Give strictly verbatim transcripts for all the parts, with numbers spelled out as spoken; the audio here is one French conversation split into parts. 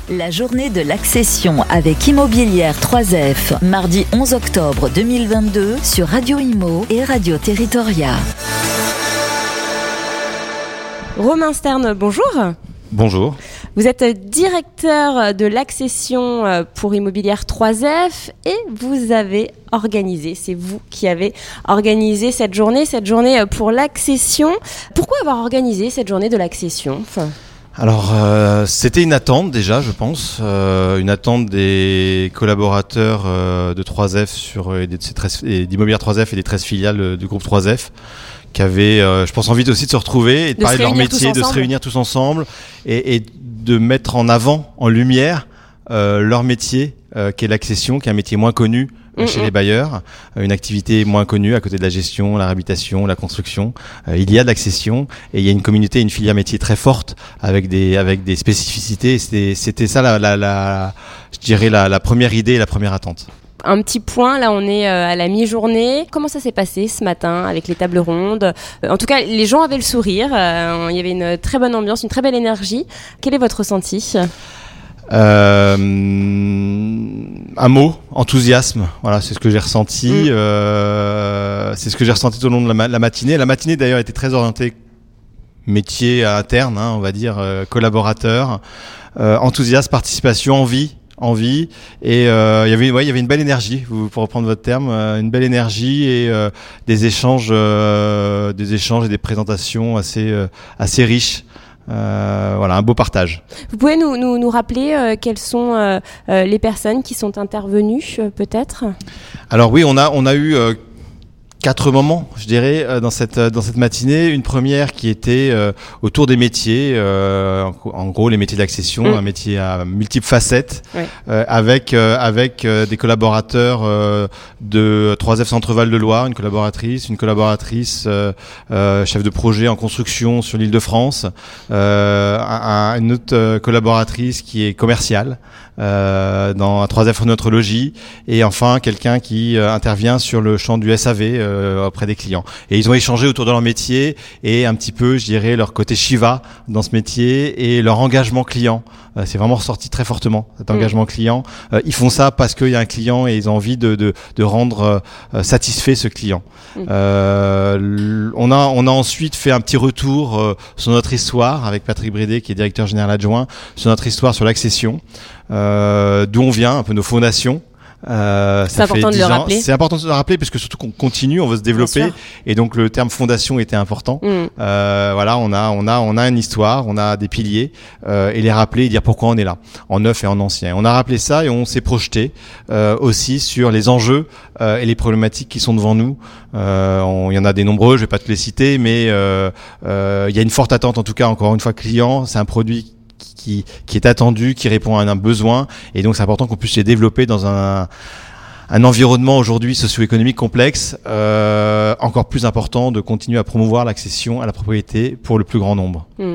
La journée de l'accession avec Immobilière trois F, mardi onze octobre deux mille vingt-deux sur Radio Imo et Radio Territoria. Romain Stern, bonjour. Bonjour. Vous êtes directeur de l'accession pour Immobilière trois F et vous avez organisé, c'est vous qui avez organisé cette journée, cette journée pour l'accession. Pourquoi avoir organisé cette journée de l'accession ? enfin... Alors, euh, c'était une attente déjà, je pense, euh, une attente des collaborateurs euh, de trois F sur, et, des, et d'Immobilière trois F et des treize filiales du groupe trois F qui avaient, euh, je pense, envie aussi de se retrouver et de, de parler de leur métier, de se réunir tous ensemble et, et de mettre en avant, en lumière, euh, leur métier, euh, qui est l'accession, qui est un métier moins connu mmh, chez mmh. les bailleurs, une activité moins connue à côté de la gestion, la réhabilitation, la construction. Euh, il y a de l'accession et il y a une communauté, une filière métier très forte avec des avec des spécificités. Et c'était c'était ça la la, la je dirais la, la première idée et la première attente. Un petit point, là on est à la mi-journée. Comment ça s'est passé ce matin avec les tables rondes ? En tout cas, les gens avaient le sourire, euh, il y avait une très bonne ambiance, une très belle énergie. Quel est votre ressenti ? Euh, un mot, enthousiasme. Voilà, c'est ce que j'ai ressenti. Mmh. Euh, c'est ce que j'ai ressenti tout au long de la, ma- la matinée. La matinée d'ailleurs était très orientée métier interne, hein, on va dire euh, collaborateur, euh, enthousiasme, participation, envie. envie et euh, il y avait ouais il y avait une belle énergie, pour reprendre votre terme, euh, une belle énergie et euh, des échanges euh, des échanges et des présentations assez euh, assez riches. Euh, voilà, un beau partage. Vous pouvez nous nous, nous rappeler euh, quelles sont euh, euh, les personnes qui sont intervenues euh, peut-être ? Alors oui, on a on a eu euh, quatre moments, je dirais, euh, dans cette dans cette matinée. Une première qui était euh, autour des métiers, euh, en, en gros les métiers d'accession, mmh. un métier à multiples facettes, oui. euh, avec euh, avec euh, des collaborateurs euh, de trois F Centre-Val de Loire, une collaboratrice, une collaboratrice euh, euh, chef de projet en construction sur l'Île-de-France, euh, un, une autre euh, collaboratrice qui est commerciale euh, dans trois F Phonotrologie, et enfin quelqu'un qui euh, intervient sur le champ du S A V euh, auprès des clients. Et ils ont échangé autour de leur métier et un petit peu, je dirais, leur côté Shiva dans ce métier et leur engagement client. Euh, c'est vraiment ressorti très fortement, cet engagement mmh. client. Euh, ils font ça parce qu'il y a un client et ils ont envie de, de, de rendre euh, satisfait ce client. Mmh. Euh, on a, on a ensuite fait un petit retour euh, sur notre histoire avec Patrick Brédé, qui est directeur général adjoint, sur notre histoire sur l'accession, euh, d'où on vient, un peu nos fondations. Euh, c'est important de le rappeler. C'est important de le rappeler parce que surtout qu'on continue, on veut se développer et donc le terme fondation était important. Mm. Euh, voilà, on a, on a, on a une histoire, on a des piliers euh, et les rappeler et dire pourquoi on est là, en neuf et en ancien. On a rappelé ça et on s'est projeté euh, aussi sur les enjeux euh, et les problématiques qui sont devant nous. Euh, on, il y en a des nombreux, je vais pas te les citer, mais euh, euh, il y a une forte attente en tout cas. Encore une fois, client, c'est un produit Qui, qui est attendu, qui répond à un besoin, et donc c'est important qu'on puisse les développer dans un, un environnement aujourd'hui socio-économique complexe, euh, encore plus important de continuer à promouvoir l'accession à la propriété pour le plus grand nombre. Mmh.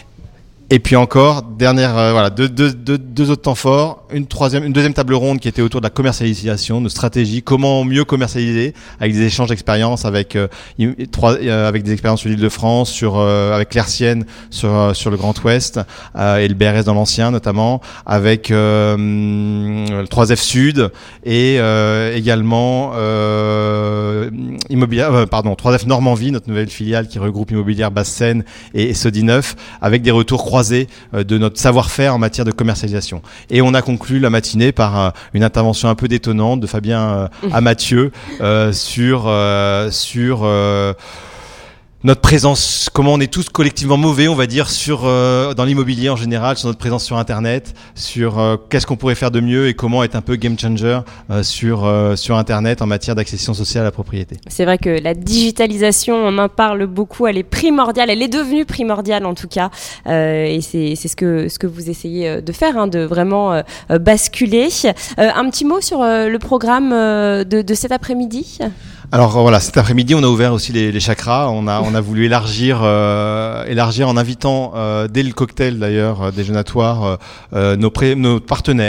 Et puis encore, dernière, euh, voilà, deux, deux, deux, deux autres temps forts, une troisième, une deuxième table ronde qui était autour de la commercialisation, de stratégie, comment mieux commercialiser, avec des échanges d'expériences, avec euh, trois, euh, avec des expériences sur l'Île-de-France, sur euh, avec Claircienne sur euh, sur le Grand Ouest euh, et le B R S dans l'ancien notamment, avec euh, le trois F Sud et euh, également euh, immobilière, euh, pardon, trois F Normandie, notre nouvelle filiale qui regroupe Immobilière Basse-Seine et, et Sodi neuf, avec des retours croisés de notre savoir-faire en matière de commercialisation. Et on a conclu la matinée par euh, une intervention un peu détonnante de Fabien euh, à Mathieu euh, sur euh, sur euh, notre présence, comment on est tous collectivement mauvais, on va dire, sur euh, dans l'immobilier en général, sur notre présence sur Internet, sur euh, qu'est-ce qu'on pourrait faire de mieux et comment être un peu game changer euh, sur euh, sur Internet en matière d'accession sociale à la propriété. C'est vrai que la digitalisation, on en parle beaucoup, elle est primordiale, elle est devenue primordiale en tout cas, euh, et c'est c'est ce que ce que vous essayez de faire, hein, de vraiment euh, basculer. Euh, un petit mot sur euh, le programme euh, de, de cet après-midi. Alors voilà, cet après-midi, on a ouvert aussi les, les chakras. On a, on a voulu élargir, euh, élargir en invitant euh, dès le cocktail d'ailleurs euh, déjeunatoire euh, nos, pré- nos partenaires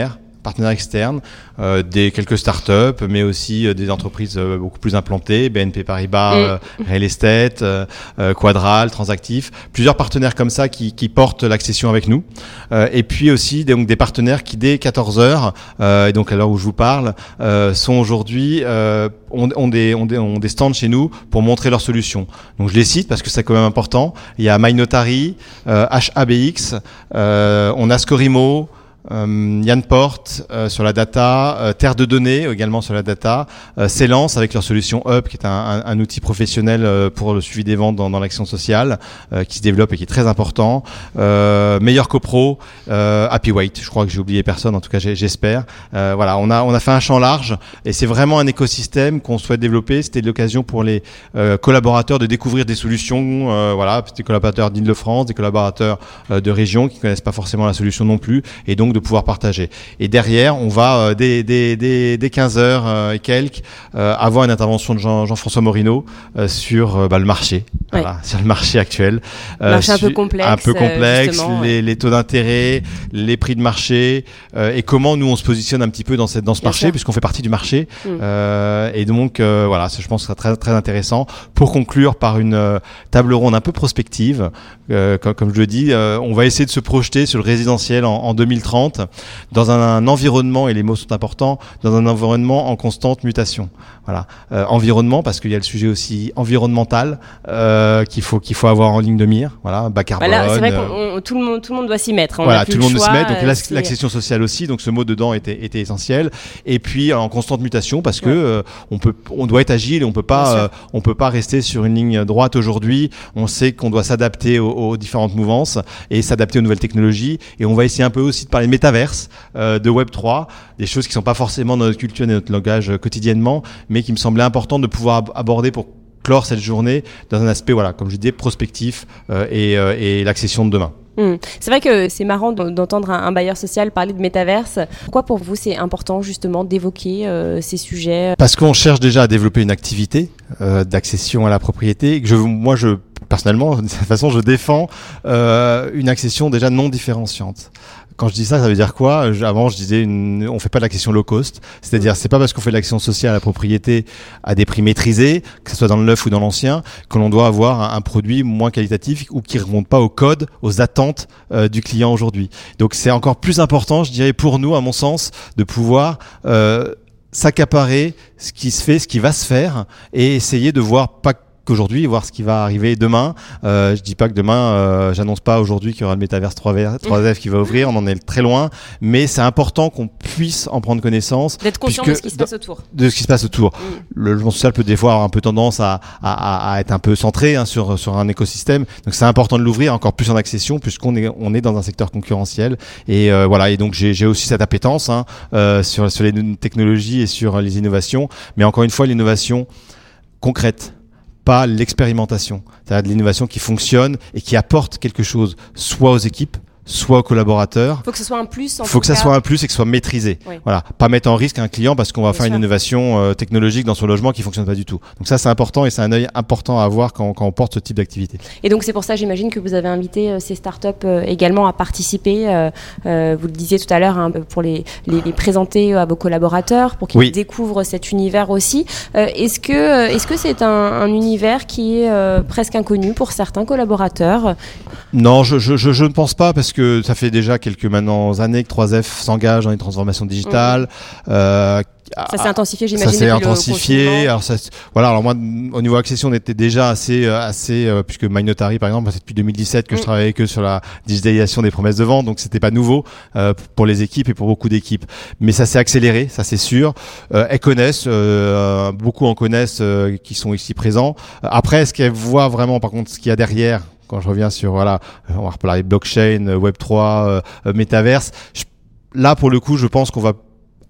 partenaires externes, euh, des quelques startups, mais aussi euh, des entreprises euh, beaucoup plus implantées, B N P Paribas, euh, Real Estate, euh, euh, Quadral, Transactif, plusieurs partenaires comme ça qui, qui portent l'accession avec nous, euh, et puis aussi donc des partenaires qui dès quatorze heures, euh, et donc à l'heure où je vous parle, euh, sont aujourd'hui euh, ont, ont, des, ont, des, ont des stands chez nous pour montrer leurs solutions. Donc je les cite parce que c'est quand même important. Il y a MyNotary, euh, H A B X, euh, on a Scorimo, Euh, Yann Porte euh, sur la data, euh, Terre de données également sur la data, euh, Célance avec leur solution Hub qui est un, un, un outil professionnel euh, pour le suivi des ventes dans, dans l'action sociale euh, qui se développe et qui est très important, euh, Meilleur CoPro, euh, Happy Weight, je crois que j'ai oublié personne, en tout cas j'espère. Euh, voilà, on a on a fait un champ large et c'est vraiment un écosystème qu'on souhaite développer. C'était l'occasion pour les euh, collaborateurs de découvrir des solutions, euh, voilà, des collaborateurs d'Île-de-France, des collaborateurs euh, de région qui connaissent pas forcément la solution non plus, et donc de pouvoir partager. Et derrière, on va euh, dès, dès, dès, dès quinze heures euh, et quelques euh, avoir une intervention de Jean, Jean-François Morino euh, sur euh, bah, le marché, ouais. voilà, sur le marché actuel. Euh, marché un peu complexe, un peu complexe, euh, les, ouais. les taux d'intérêt, les prix de marché euh, et comment nous on se positionne un petit peu dans cette dans ce Bien marché sûr. Puisqu'on fait partie du marché. Mm. Euh, et donc euh, voilà, je pense que ce sera très très intéressant. Pour conclure par une euh, table ronde un peu prospective, euh, comme, comme je le dis, euh, on va essayer de se projeter sur le résidentiel en, en deux mille trente. Dans un, un environnement, et les mots sont importants, dans un environnement en constante mutation. Voilà, euh, environnement parce qu'il y a le sujet aussi environnemental euh, qu'il faut qu'il faut avoir en ligne de mire. Voilà, bas carbone. Voilà, c'est vrai que tout le monde tout le monde doit s'y mettre. Hein, voilà, tout le monde doit s'y mettre. Donc euh, l'accession sociale aussi. Donc ce mot dedans était était essentiel. Et puis en constante mutation parce que ouais. euh, on peut on doit être agile et on peut pas euh, on peut pas rester sur une ligne droite aujourd'hui. On sait qu'on doit s'adapter aux, aux différentes mouvances et s'adapter aux nouvelles technologies. Et on va essayer un peu aussi de parler de métaverse, euh, de Web trois, des choses qui sont pas forcément dans notre culture et notre langage euh, quotidiennement, mais qui me semblait important de pouvoir ab- aborder pour clore cette journée dans un aspect, voilà, comme je disais, prospectif euh, et, euh, et l'accession de demain. Mmh. C'est vrai que c'est marrant d'entendre un, un bailleur social parler de métaverse. Pourquoi pour vous c'est important justement d'évoquer euh, ces sujets ? Parce qu'on cherche déjà à développer une activité euh, d'accession à la propriété. Que je, moi, je personnellement, de toute façon, je défends euh, une accession déjà non différenciante. Quand je dis ça, ça veut dire quoi ? Avant, je disais, une, on fait pas de l'accession low cost, c'est-à-dire, c'est pas parce qu'on fait de l'accession sociale à la propriété à des prix maîtrisés, que ce soit dans le neuf ou dans l'ancien, que l'on doit avoir un, un produit moins qualitatif ou qui ne remonte pas au code, aux attentes euh, du client aujourd'hui. Donc, c'est encore plus important, je dirais, pour nous, à mon sens, de pouvoir euh, s'accaparer ce qui se fait, ce qui va se faire, et essayer de voir pas qu'aujourd'hui, voir ce qui va arriver demain. Euh, je dis pas que demain, euh, j'annonce pas aujourd'hui qu'il y aura le Metaverse trois F qui va ouvrir, on en est très loin, mais c'est important qu'on puisse en prendre connaissance. D'être conscient de ce qui se passe autour. De ce qui se passe autour. Mm. Le logement social peut des fois avoir un peu tendance à, à, à être un peu centré hein, sur, sur un écosystème, donc c'est important de l'ouvrir encore plus en accession puisqu'on est, on est dans un secteur concurrentiel et euh, voilà, et donc j'ai, j'ai aussi cette appétence hein, euh, sur, sur les technologies et sur les innovations, mais encore une fois, l'innovation concrète, pas l'expérimentation. C'est-à-dire de l'innovation qui fonctionne et qui apporte quelque chose, soit aux équipes, soit aux collaborateurs. Il faut que ce soit un plus. Il faut que ça soit un plus et que ce soit maîtrisé. Oui. Voilà, pas mettre en risque un client parce qu'on va Bien faire sûr. Une innovation euh, technologique dans son logement qui fonctionne pas du tout. Donc ça, c'est important et c'est un œil important à avoir quand, quand on porte ce type d'activité. Et donc c'est pour ça, j'imagine que vous avez invité euh, ces startups euh, également à participer. Euh, euh, vous le disiez tout à l'heure, hein, pour les, les, les présenter à vos collaborateurs, pour qu'ils oui. découvrent cet univers aussi. Euh, est-ce que euh, est-ce que c'est un, un univers qui est euh, presque inconnu pour certains collaborateurs ? Non, je, je, je, je ne pense pas parce que ça fait déjà quelques maintenant années que trois F s'engage dans les transformations digitales. Mmh. Euh, ça s'est intensifié, j'imagine. Ça s'est intensifié. Alors ça, voilà. Alors moi, au niveau accession, on était déjà assez, assez, euh, puisque MyNotary, par exemple, c'est depuis deux mille dix-sept que mmh. je travaillais que sur la digitalisation des promesses de vente, donc c'était pas nouveau euh, pour les équipes et pour beaucoup d'équipes. Mais ça s'est accéléré, ça c'est sûr. Euh, elles connaissent, euh, beaucoup en connaissent, euh, qui sont ici présents. Après, est-ce qu'elles voient vraiment, par contre, ce qu'il y a derrière? Quand je reviens sur, voilà, on va reparler blockchain, Web trois, euh, Metaverse. Je, là, pour le coup, je pense qu'on va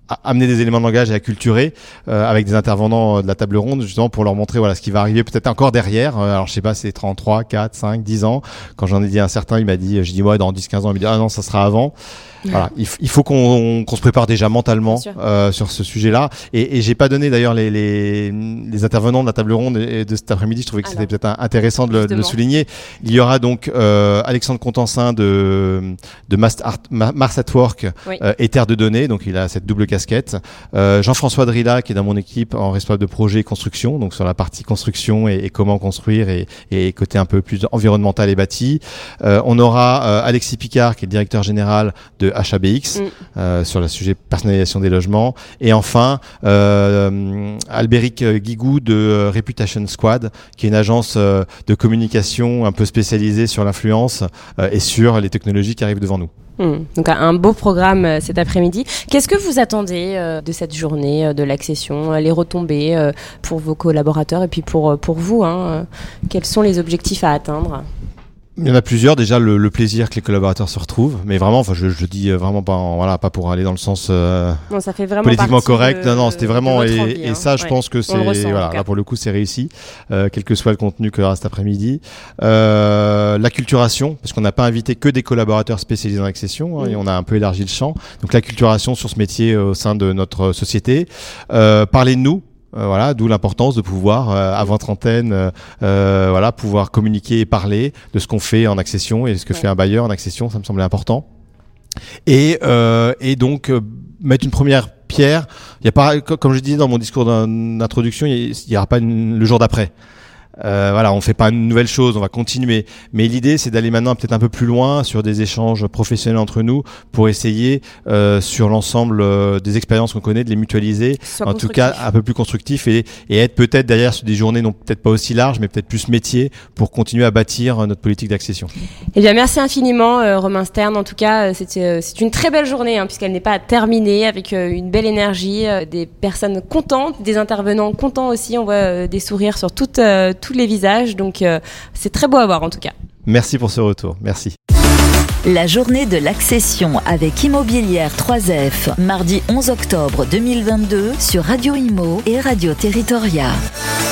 amener des éléments de langage et acculturer euh, avec des intervenants de la table ronde, justement pour leur montrer voilà ce qui va arriver peut-être encore derrière. Euh, alors je sais pas, c'est trente-trois, quatre, cinq, dix ans. Quand j'en ai dit à un certain, il m'a dit, je dis ouais, dans dix, quinze ans, il me dit ah non, ça sera avant. Voilà, il, f- il faut qu'on, qu'on se prépare déjà mentalement euh, sur ce sujet-là. Et, et j'ai pas donné d'ailleurs les, les, les intervenants de la table ronde de, de cet après-midi. Je trouvais que Alors, c'était peut-être intéressant de le, de le souligner. Il y aura donc euh, Alexandre Contensin de, de Mars, Art, Mars at Work oui. euh, et Terre de données. Donc il a cette double casquette. Euh, Jean-François Drilla qui est dans mon équipe en responsable de projet et construction. Donc sur la partie construction et, et comment construire et, et côté un peu plus environnemental et bâti. Euh, on aura euh, Alexis Picard qui est le directeur général de H A B X mm. euh, sur le sujet personnalisation des logements et enfin euh, Albéric Guigou de euh, Reputation Squad qui est une agence euh, de communication un peu spécialisée sur l'influence euh, et sur les technologies qui arrivent devant nous. Mmh. Donc un beau programme euh, cet après-midi. Qu'est-ce que vous attendez euh, de cette journée euh, de l'accession, euh, les retombées euh, pour vos collaborateurs et puis pour, euh, pour vous hein, euh, quels sont les objectifs à atteindre ? Il y en a plusieurs. Déjà, le, le plaisir que les collaborateurs se retrouvent, mais vraiment, enfin, je, je dis vraiment pas, en, voilà, pas pour aller dans le sens euh, non, ça fait vraiment politiquement correct. De, non, non, c'était vraiment et, envie, et hein. ça, je ouais. pense que c'est ressent, voilà, là pour le coup, c'est réussi, euh, quel que soit le contenu qu'il y aura cet après-midi. Euh, l'acculturation, parce qu'on n'a pas invité que des collaborateurs spécialisés dans l'accession, hein, mmh. et on a un peu élargi le champ. Donc l'acculturation sur ce métier euh, au sein de notre société. Euh, parler de nous. Euh, voilà, d'où l'importance de pouvoir euh, avant trentaine, euh, euh, voilà, pouvoir communiquer et parler de ce qu'on fait en accession et ce que ouais. fait un bailleur en accession, ça me semblait important. Et euh, et donc euh, mettre une première pierre. Il y a pas, comme je disais dans mon discours d'introduction, il y aura pas une, le jour d'après. Euh, voilà, on fait pas une nouvelle chose, on va continuer. Mais l'idée, c'est d'aller maintenant peut-être un peu plus loin sur des échanges professionnels entre nous pour essayer, euh, sur l'ensemble euh, des expériences qu'on connaît, de les mutualiser. Soit en tout cas, un peu plus constructif et, et être peut-être derrière sur des journées non peut-être pas aussi larges, mais peut-être plus métier pour continuer à bâtir notre politique d'accession. Eh bien, merci infiniment, euh, Romain Stern. En tout cas, c'est, euh, c'est une très belle journée, hein, puisqu'elle n'est pas terminée, avec euh, une belle énergie, euh, des personnes contentes, des intervenants contents aussi. On voit euh, des sourires sur toutes euh, tous les visages, donc euh, c'est très beau à voir en tout cas. Merci pour ce retour, merci. La journée de l'accession avec Immobilière trois F, mardi onze octobre deux mille vingt-deux sur Radio Imo et Radio Territoria.